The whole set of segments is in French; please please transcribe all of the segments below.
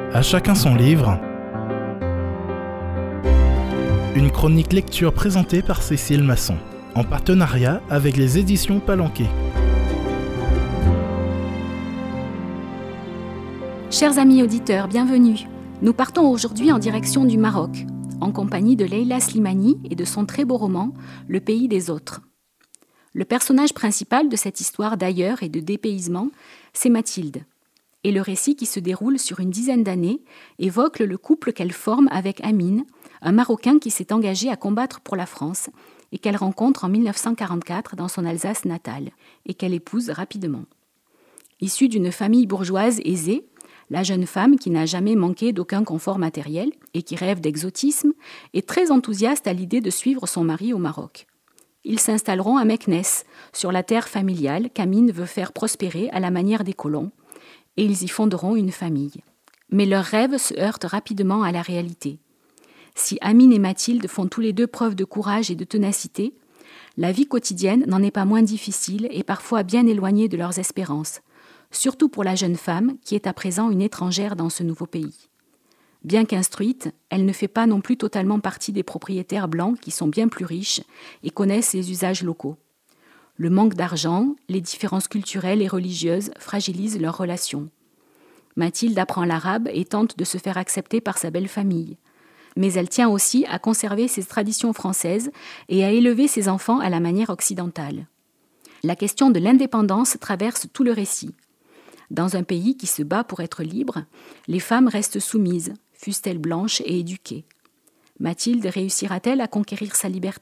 À chacun son livre. Une chronique lecture présentée par Cécile Masson, en partenariat avec les éditions Palanquet. Chers amis auditeurs, bienvenue. Nous partons aujourd'hui en direction du Maroc, en compagnie de Leila Slimani et de son très beau roman « Le pays des autres ». Le personnage principal de cette histoire d'ailleurs et de dépaysement, c'est Mathilde. Et le récit qui se déroule sur une dizaine d'années évoque le couple qu'elle forme avec Amine, un Marocain qui s'est engagé à combattre pour la France et qu'elle rencontre en 1944 dans son Alsace natale et qu'elle épouse rapidement. Issue d'une famille bourgeoise aisée, la jeune femme, qui n'a jamais manqué d'aucun confort matériel et qui rêve d'exotisme, est très enthousiaste à l'idée de suivre son mari au Maroc. Ils s'installeront à Meknès, sur la terre familiale qu'Amine veut faire prospérer à la manière des colons, et ils y fonderont une famille. Mais leurs rêves se heurtent rapidement à la réalité. Si Amine et Mathilde font tous les deux preuve de courage et de ténacité, la vie quotidienne n'en est pas moins difficile et parfois bien éloignée de leurs espérances, surtout pour la jeune femme qui est à présent une étrangère dans ce nouveau pays. Bien qu'instruite, elle ne fait pas non plus totalement partie des propriétaires blancs qui sont bien plus riches et connaissent les usages locaux. Le manque d'argent, les différences culturelles et religieuses fragilisent leurs relations. Mathilde apprend l'arabe et tente de se faire accepter par sa belle famille. Mais elle tient aussi à conserver ses traditions françaises et à élever ses enfants à la manière occidentale. La question de l'indépendance traverse tout le récit. Dans un pays qui se bat pour être libre, les femmes restent soumises, fussent-elles blanches et éduquées. Mathilde réussira-t-elle à conquérir sa liberté ?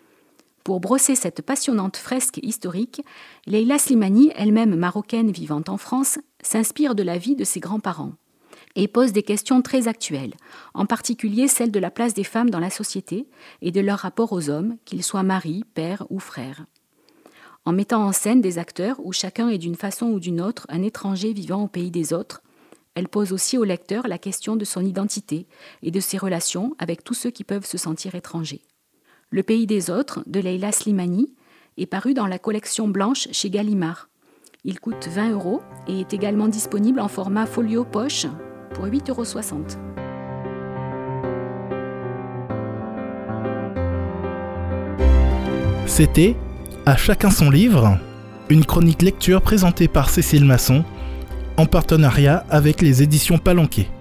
Pour brosser cette passionnante fresque historique, Leila Slimani, elle-même marocaine vivant en France, s'inspire de la vie de ses grands-parents et pose des questions très actuelles, en particulier celle de la place des femmes dans la société et de leur rapport aux hommes, qu'ils soient maris, pères ou frères. En mettant en scène des acteurs où chacun est d'une façon ou d'une autre un étranger vivant au pays des autres, elle pose aussi au lecteur la question de son identité et de ses relations avec tous ceux qui peuvent se sentir étrangers. Le pays des autres, de Leila Slimani, est paru dans la collection blanche chez Gallimard. Il coûte 20 € et est également disponible en format folio poche pour 8,60 €. C'était À chacun son livre, une chronique lecture présentée par Cécile Masson, en partenariat avec les éditions Palanquet.